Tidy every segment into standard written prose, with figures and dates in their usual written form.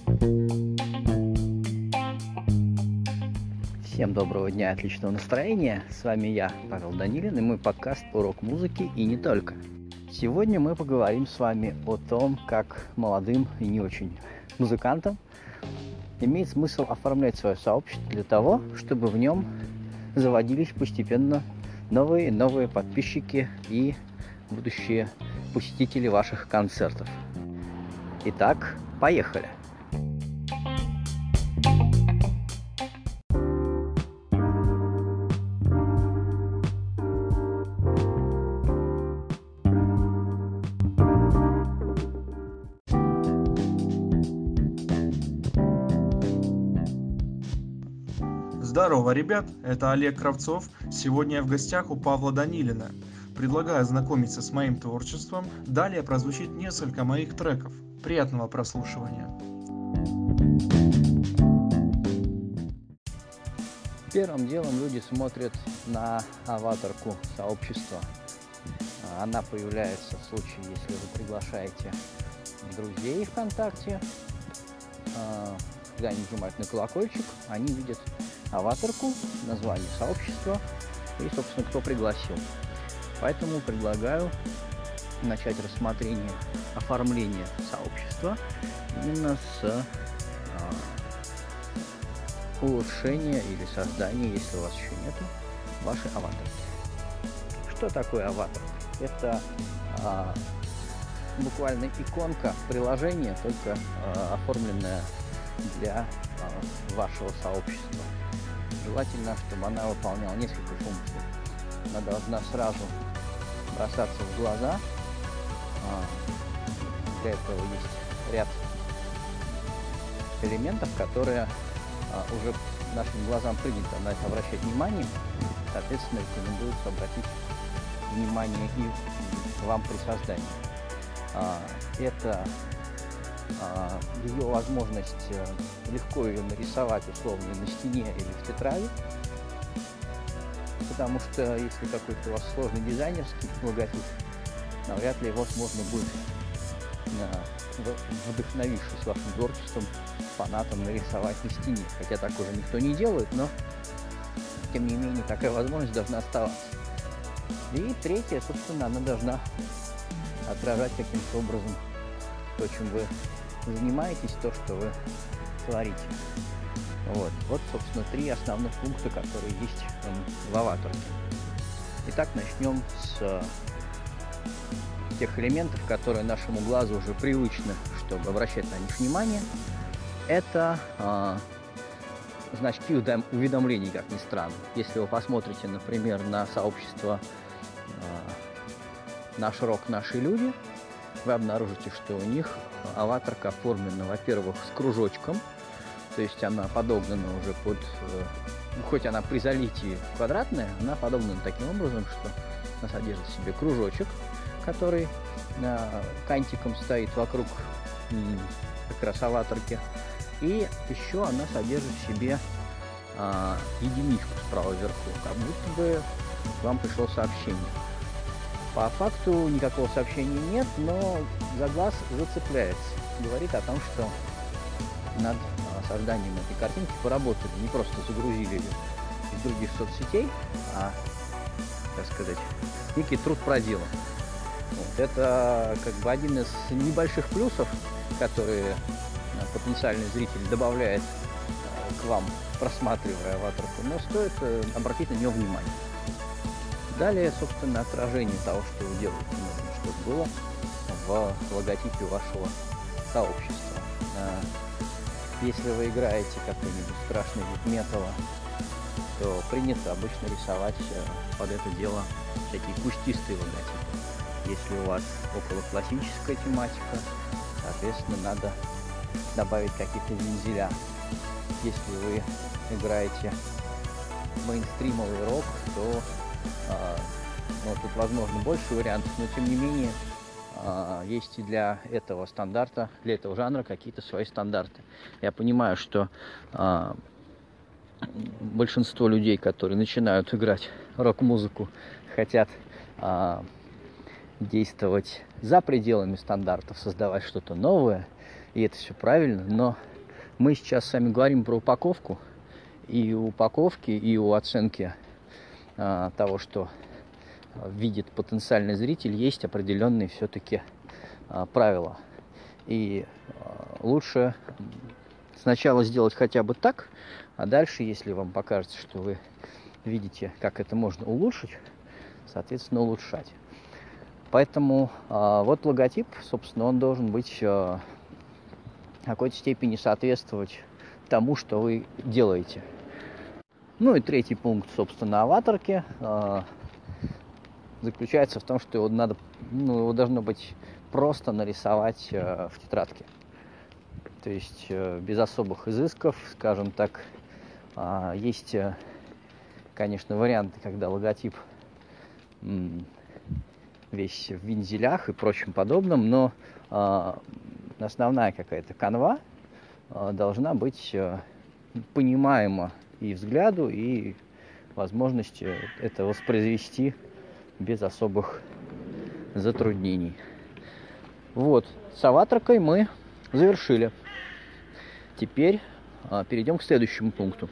Всем доброго дня, отличного настроения. С вами я, Павел Данилин, и мой подкаст по рок-музыке и не только. Сегодня мы поговорим с вами о том, как молодым и не очень музыкантам имеет смысл оформлять свое сообщество для того, чтобы в нем заводились постепенно новые и новые подписчики и будущие посетители ваших концертов. Итак, поехали! Здорово, ребят, это Олег Кравцов. Сегодня я в гостях у Павла Данилина. Предлагаю ознакомиться с моим творчеством. Далее прозвучит несколько моих треков. Приятного прослушивания. Первым делом люди смотрят на аватарку сообщества. Она появляется в случае, если вы приглашаете друзей ВКонтакте. Когда они нажимают на колокольчик, они видят аватарку, название сообщества и, собственно, кто пригласил. Поэтому предлагаю начать рассмотрение оформления сообщества именно с улучшения или создания, если у вас еще нету, вашей аватарки. Что такое аватар? Это буквально иконка приложения, только оформленная для вашего сообщества. Желательно, чтобы она выполняла несколько функций. Она должна сразу бросаться в глаза. Для этого есть ряд элементов, которые уже нашим глазам принято на это обращать внимание. Соответственно, рекомендуется обратить внимание и вам при создании. Это ее возможность легко ее нарисовать условно на стене или в тетради, потому что если какой-то у вас сложный дизайнерский логотип, навряд ли его можно будет, вдохновившись вашим творчеством, фанатам нарисовать на стене, хотя так уже никто не делает, но тем не менее такая возможность должна оставаться. И третье, собственно, она должна отражать каким-то образом то, чем вы занимаетесь, то, что вы творите. Вот, собственно, три основных пункта, которые есть в аватарке. Итак, начнем с тех элементов, которые нашему глазу уже привычны, чтобы обращать на них внимание. Это значки уведомлений, как ни странно. Если вы посмотрите, например, на сообщество «Наш рок, наши люди», вы обнаружите, что у них аватарка оформлена, во-первых, с кружочком, то есть она подогнана уже под, хоть она при залитии квадратная, она подогнана таким образом, что она содержит в себе кружочек, который кантиком стоит вокруг как раз аватарки, и еще она содержит в себе единичку справа вверху, как будто бы вам пришло сообщение. По факту никакого сообщения нет, но за глаз зацепляется. Говорит о том, что над созданием этой картинки поработали, не просто загрузили ее из других соцсетей, а, так сказать, некий труд проделан. Вот. Это как бы один из небольших плюсов, которые потенциальный зритель добавляет к вам, просматривая аватарку, но стоит обратить на нее внимание. Далее, собственно, отражение того, что вы делаете, нужно, чтобы было в логотипе вашего сообщества. Если вы играете какой-нибудь страшный вид металла, то принято обычно рисовать под это дело всякие кустистые логотипы. Если у вас около классическая тематика, соответственно, надо добавить какие-то вензеля. Если вы играете мейнстримовый рок, то тут возможно больше вариантов, но тем не менее есть и для этого стандарта, для этого жанра какие-то свои стандарты. Я понимаю, что большинство людей, которые начинают играть рок-музыку, хотят действовать за пределами стандартов, создавать что-то новое, и это все правильно, но Мы сейчас с вами говорим про упаковку, и у упаковки, и у оценки того, что видит потенциальный зритель, есть определенные все-таки правила. И лучше сначала сделать хотя бы так, а дальше, если вам покажется, что вы видите, как это можно улучшить, соответственно, улучшать. Поэтому вот логотип, собственно, он должен быть в какой-то степени соответствовать тому, что вы делаете. Ну и третий пункт, собственно, аватарки заключается в том, что его должно быть просто нарисовать в тетрадке. То есть без особых изысков, скажем так. Есть, конечно, варианты, когда логотип весь в вензелях и прочем подобном, но основная какая-то канва должна быть понимаема и взгляду, и возможности это воспроизвести без особых затруднений. Вот, с аватаркой мы завершили. Теперь перейдем к следующему пункту.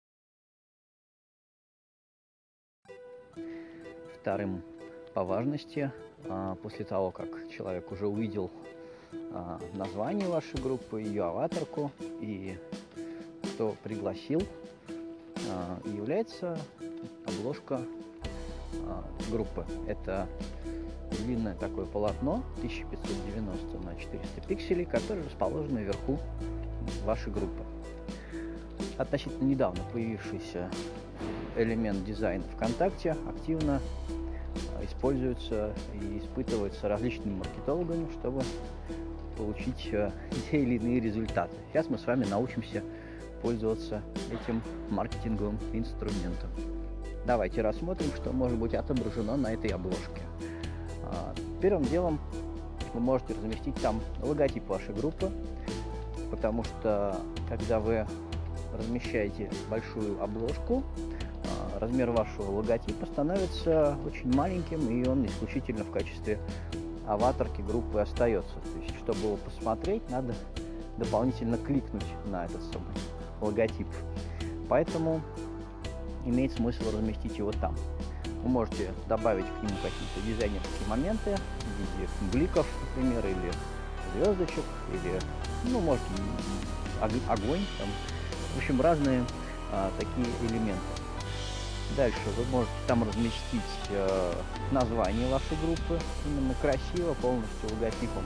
Вторым по важности, после того, как человек уже увидел название вашей группы, ее аватарку и кто пригласил, является обложка группы. Это длинное такое полотно 1590 на 400 пикселей, которое расположено вверху вашей группы. Относительно недавно появившийся элемент дизайна ВКонтакте активно используется и испытывается различными маркетологами, чтобы получить те или иные результаты. Сейчас мы с вами научимся пользоваться этим маркетинговым инструментом. Давайте рассмотрим, что может быть отображено на этой обложке. Первым делом вы можете разместить там логотип вашей группы, потому что когда вы размещаете большую обложку, размер вашего логотипа становится очень маленьким, и он исключительно в качестве аватарки группы остается. То есть, чтобы его посмотреть, надо дополнительно кликнуть на этот самый логотип. Поэтому имеет смысл разместить его там. Вы можете добавить к нему какие-то дизайнерские моменты в виде бликов, например, или звездочек, или, можете огонь, там, в общем, разные такие элементы. Дальше вы можете там разместить название вашей группы, именно красиво, полностью логотипом,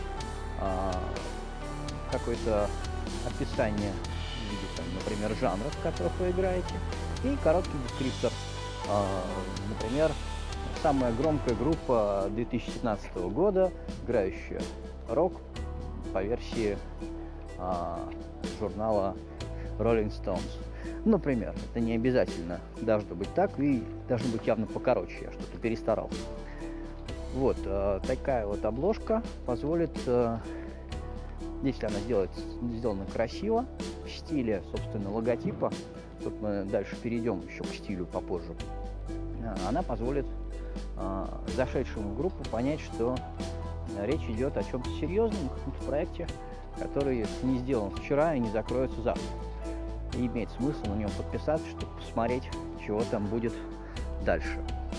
какое-то описание в виде, там, например, жанров, в которых вы играете, и короткий дескриптор. Например, самая громкая группа 2017 года, играющая рок по версии журнала Rolling Stones. Например, это не обязательно должно быть так, и должно быть явно покороче, я что-то перестарался. Вот, такая вот обложка позволит, если она сделана красиво, в стиле, собственно, логотипа, тут мы дальше перейдем еще к стилю попозже, она позволит зашедшему в группу понять, что речь идет о чем-то серьезном, каком-то проекте, который не сделан вчера и не закроется завтра. И имеет смысл на нем подписаться, чтобы посмотреть, чего там будет дальше.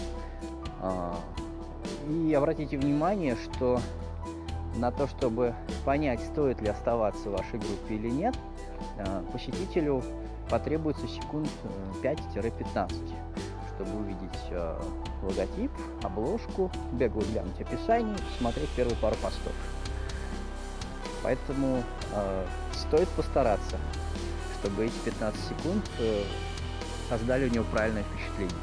И обратите внимание, что на то, чтобы понять, стоит ли оставаться в вашей группе или нет, посетителю потребуется секунд 5-15, чтобы увидеть логотип, обложку, бегло глянуть описание и посмотреть первые пару постов. Поэтому стоит постараться, чтобы эти 15 секунд создали у него правильное впечатление.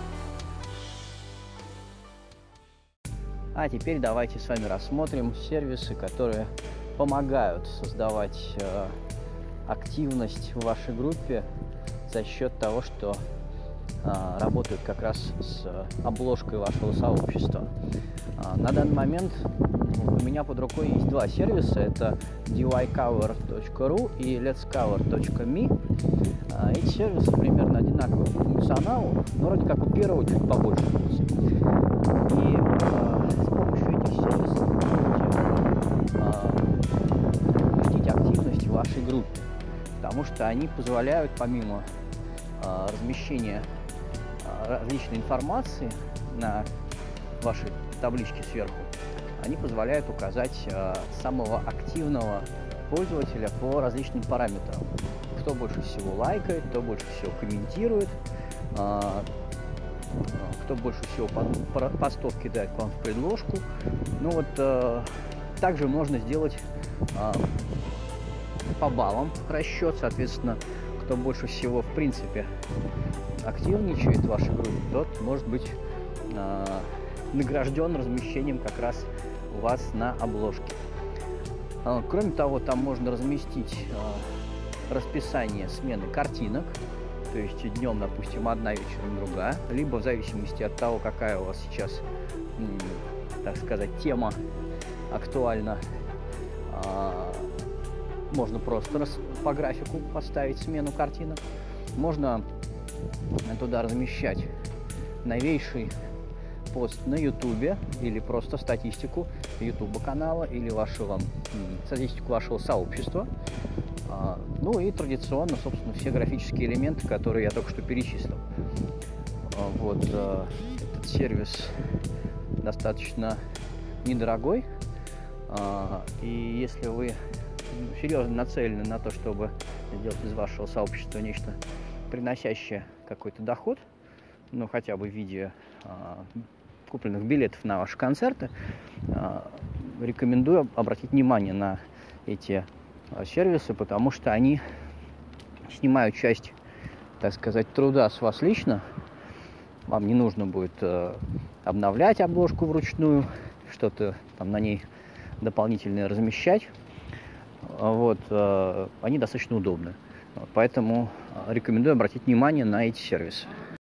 А теперь давайте с вами рассмотрим сервисы, которые помогают создавать активность в вашей группе за счет того, что работают как раз с обложкой вашего сообщества. На данный момент у меня под рукой есть два сервиса. Это duycover.ru и letscover.me. Эти сервисы примерно одинаковы по функционалу, но вроде как у первого чуть побольше функций. И с помощью этих сервисов вы можете запустить активность в вашей группе. потому что они позволяют, помимо размещения различной информации на вашей табличке сверху, они позволяют указать самого активного пользователя по различным параметрам. Кто больше всего лайкает, кто больше всего комментирует, кто больше всего постов кидает к вам в предложку. Ну вот, также можно сделать по баллам расчет, соответственно, кто больше всего, в принципе, активничает в вашей группе, тот может быть награжден размещением как раз у вас на обложке. Кроме того, там можно разместить расписание смены картинок, то есть днем, допустим, одна, вечером другая, либо в зависимости от того, какая у вас сейчас, так сказать, тема актуальна, можно просто по графику поставить смену картинок. Можно туда размещать новейший пост на YouTube или просто статистику YouTube канала или статистику вашего сообщества. Ну и традиционно, собственно, все графические элементы, которые я только что перечислил. Вот этот сервис достаточно недорогой. И если вы серьезно нацелены на то, чтобы сделать из вашего сообщества нечто приносящее какой-то доход, ну хотя бы в виде купленных билетов на ваши концерты, рекомендую обратить внимание на эти сервисы, потому что они снимают часть, так сказать, труда с вас лично. Вам не нужно будет обновлять обложку вручную, что-то там на ней дополнительное размещать. Вот, они достаточно удобны. Поэтому рекомендую обратить внимание на эти сервисы.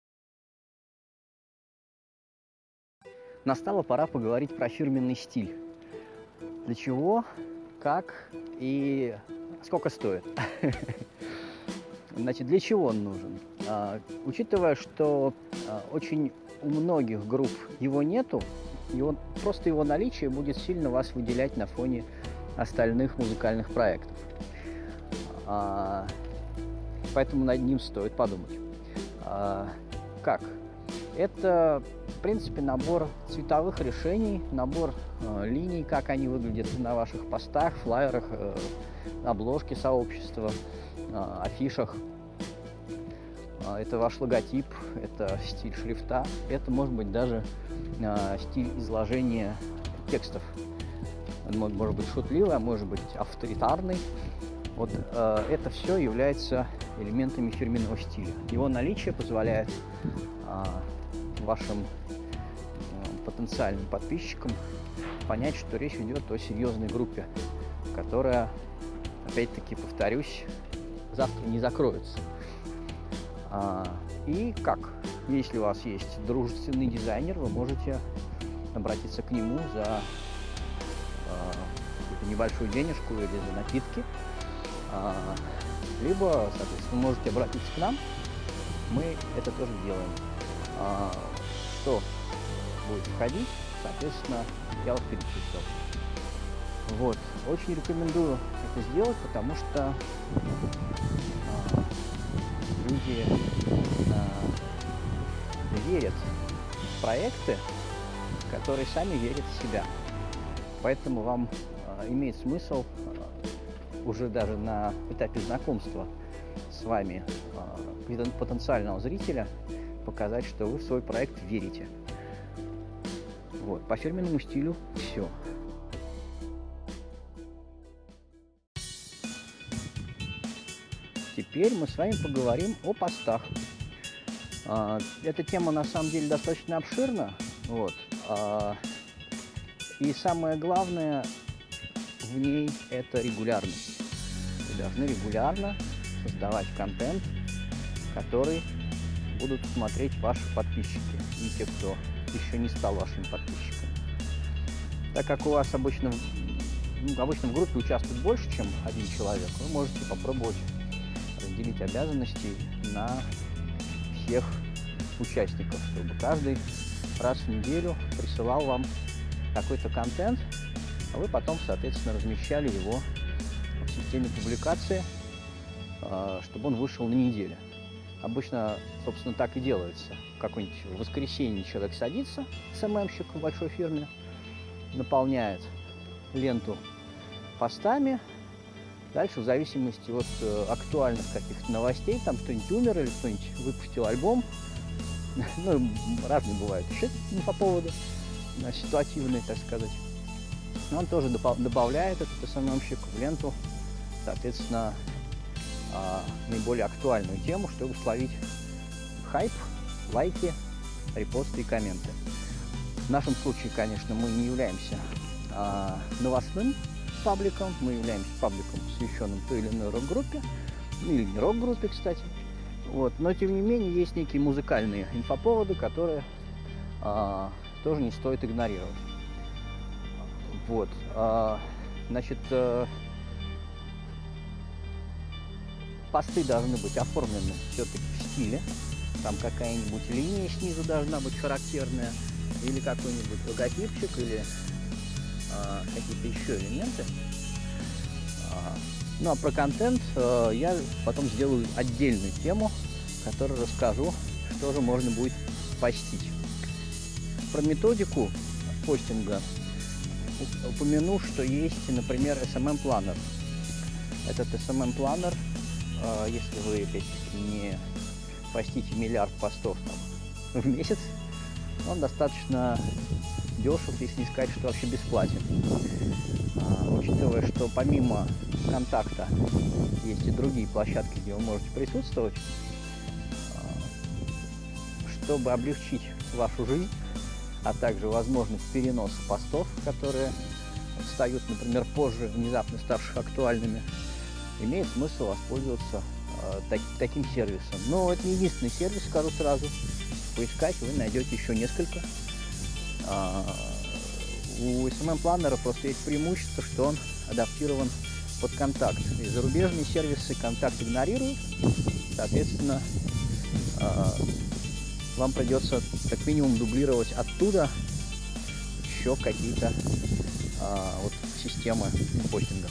Настала пора поговорить про фирменный стиль. Для чего, как и сколько стоит. Значит, для чего он нужен? Учитывая, что очень у многих групп его нету, просто его наличие будет сильно вас выделять на фоне остальных музыкальных проектов. Поэтому над ним стоит подумать. Как? Это, в принципе, набор цветовых решений, набор линий, как они выглядят на ваших постах, флаерах, обложке сообщества, афишах. Это ваш логотип, это стиль шрифта, это может быть даже стиль изложения текстов. Он может быть шутливый, а может быть авторитарный. Вот это все является элементами фирменного стиля. Его наличие позволяет вашим потенциальным подписчикам понять, что речь идет о серьезной группе, которая, опять-таки, повторюсь, завтра не закроется. И как? Если у вас есть дружественный дизайнер, вы можете обратиться к нему за какую-то небольшую денежку или за напитки. Либо, соответственно, вы можете обратиться к нам, мы это тоже делаем. Что будет входить, соответственно, я вот перечислил. Вот. Очень рекомендую это сделать, потому что люди верят в проекты, которые сами верят в себя. Поэтому вам имеет смысл уже даже на этапе знакомства с вами потенциального зрителя показать, что вы в свой проект верите. Вот. По фирменному стилю все. Теперь мы с вами поговорим о постах. Эта тема на самом деле достаточно обширна. Вот. И самое главное в ней – это регулярность. Вы должны регулярно создавать контент, который будут смотреть ваши подписчики и те, кто еще не стал вашими подписчиками. Так как у вас обычно в группе участвует больше, чем один человек, вы можете попробовать разделить обязанности на всех участников, чтобы каждый раз в неделю присылал вам какой-то контент, а вы потом, соответственно, размещали его в системе публикации чтобы он вышел на неделю. Обычно, собственно, так и делается. В какое-нибудь воскресенье человек садится, СММщик в большой фирме, наполняет ленту постами. Дальше, в зависимости от актуальных каких-то новостей, там кто-нибудь умер или кто-нибудь выпустил альбом, ну, разные бывают еще по поводу ситуативные, так сказать. Он тоже добавляет этот СММщик в ленту, соответственно, наиболее актуальную тему, чтобы словить хайп, лайки, репосты и комменты. В нашем случае, конечно, мы не являемся новостным пабликом, мы являемся пабликом, посвященным той или иной рок-группе, или не рок-группе, кстати. Вот. Но, тем не менее, есть некие музыкальные инфоповоды, которые тоже не стоит игнорировать. Вот. Значит, посты должны быть оформлены все-таки в стиле. Там какая-нибудь линия снизу должна быть характерная, или какой-нибудь логотипчик, или какие-то еще элементы. Ну а про контент я потом сделаю отдельную тему, в которой расскажу, что же можно будет постить. Про методику постинга упомяну, что есть, например, SMM-планер. Этот SMM-планер, если вы опять-таки не постите миллиард постов там в месяц, он достаточно дешев, если не сказать, что вообще бесплатен. Учитывая, что помимо контакта есть и другие площадки, где вы можете присутствовать, чтобы облегчить вашу жизнь, а также возможность переноса постов, которые встают, например, позже, внезапно ставших актуальными, имеет смысл воспользоваться таким сервисом. Но это не единственный сервис, скажу сразу. Поискать вы найдете еще несколько. У SMM-планера просто есть преимущество, что он адаптирован под контакт. И зарубежные сервисы контакт игнорируют. Соответственно, вам придется как минимум дублировать оттуда еще какие-то вот системы постинга.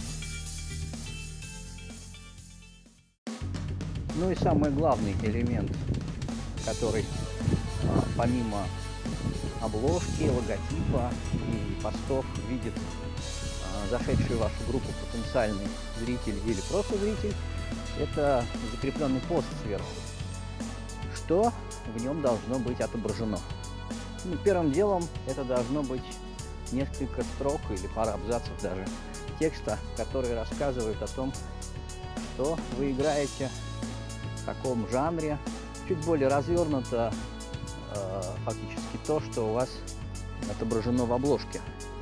Ну и самый главный элемент, который помимо обложки, логотипа и постов видит зашедший в вашу группу потенциальный зритель или просто зритель, это закрепленный пост сверху. Что в нем должно быть отображено? Ну, первым делом это должно быть несколько строк или пара абзацев даже текста, которые рассказывают о том, что вы играете, в каком жанре, чуть более развернуто фактически то, что у вас отображено в обложке.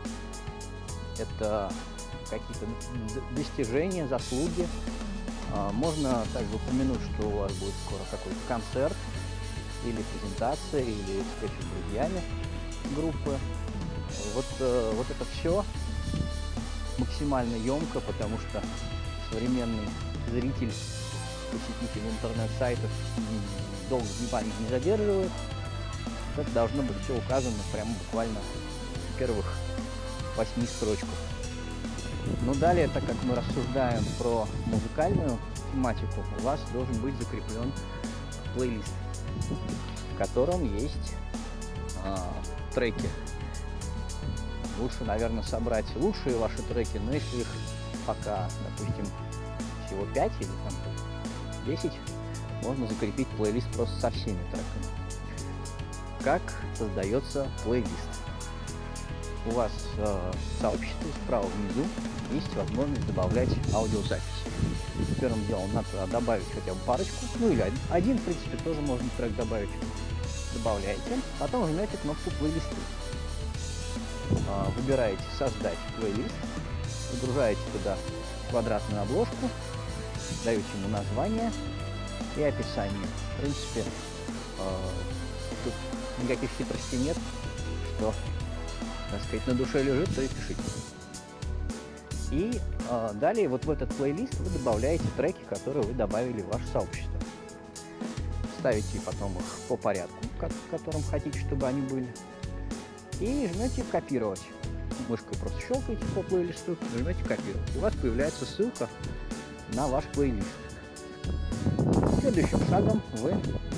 Это какие-то достижения, заслуги. Можно также упомянуть, что у вас будет скоро какой-то концерт или презентация, или встреча с друзьями группы. Вот это все максимально емко, потому что современный зритель, посетитель интернет-сайтов долго внимания не задерживает. Это должно быть все указано прямо буквально в первых 8 строчках. Но далее, так как мы рассуждаем про музыкальную тематику, у вас должен быть закреплен плейлист, в котором есть треки. Лучше, наверное, собрать лучшие ваши треки, но если их пока, допустим, всего 5 или там 10, можно закрепить плейлист просто со всеми треками. Как создается плейлист? У вас в сообществе справа внизу есть возможность добавлять аудиозапись. Первым делом надо добавить хотя бы парочку, ну или один, в принципе, тоже можно трек добавить. Добавляете, потом жмете кнопку плейлисты. Выбираете создать плейлист, загружаете туда квадратную обложку, даете ему название и описание. В принципе, тут никаких хитростей нет, что, так сказать, на душе лежит, то и пишите. И далее вот в этот плейлист вы добавляете треки, которые вы добавили в ваше сообщество. Ставите потом их по порядку, в котором хотите, чтобы они были. И жмете «Копировать». Мышкой просто щелкаете по плейлисту, жмете «Копировать». У вас появляется ссылка на ваш плейлист. Следующим шагом вы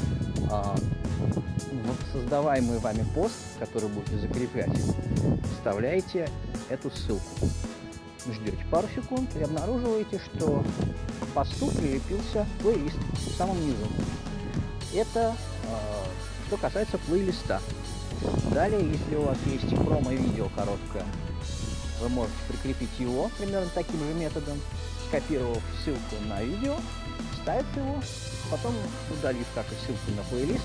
в создаваемый вами пост, который будете закреплять, вставляете эту ссылку. Ждете пару секунд и обнаруживаете, что к посту прилепился плейлист в самом низу. Это что касается плейлиста. Далее, если у вас есть промо-видео короткое, вы можете прикрепить его примерно таким же методом, скопировав ссылку на видео, вставив его, потом удалив так и ссылку на плейлист,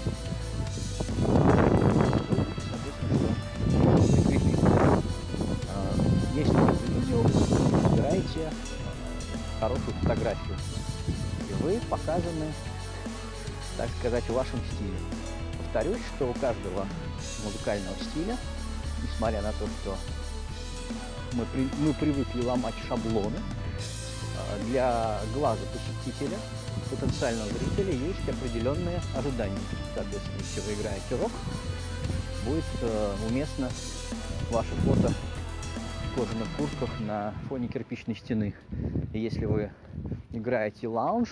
если вы видео выбираете хорошую фотографию, и вы показаны, так сказать, в вашем стиле. Повторюсь, что у каждого музыкального стиля, несмотря на то, что мы привыкли ломать шаблоны, для глаза посетителя, потенциального зрителя, есть определенные ожидания. Соответственно, если вы играете рок, будет уместно ваше фото в кожаных куртках на фоне кирпичной стены. И если вы играете лаунж,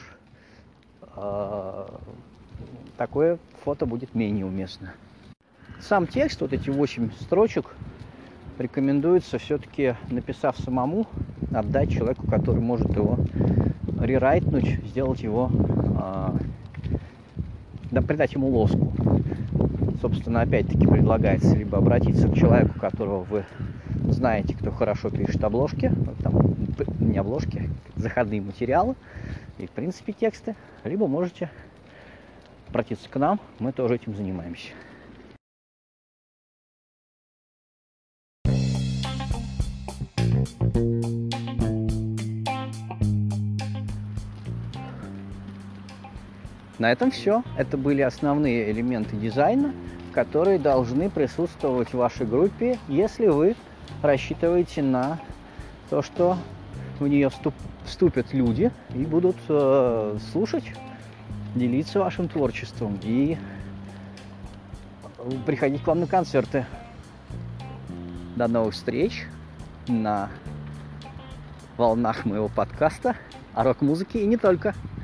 такое фото будет менее уместно. Сам текст, вот эти 8 строчек, рекомендуется все-таки, написав самому, отдать человеку, который может его рерайтнуть, сделать его, придать ему лоску. Собственно, опять-таки предлагается либо обратиться к человеку, которого вы знаете, кто хорошо пишет обложки, там, не обложки, заходные материалы и, в принципе, тексты, либо можете обратиться к нам, мы тоже этим занимаемся. На этом все. Это были основные элементы дизайна, которые должны присутствовать в вашей группе, если вы рассчитываете на то, что в нее вступят люди и будут слушать, делиться вашим творчеством и приходить к вам на концерты. До новых встреч на волнах моего подкаста о рок-музыке и не только.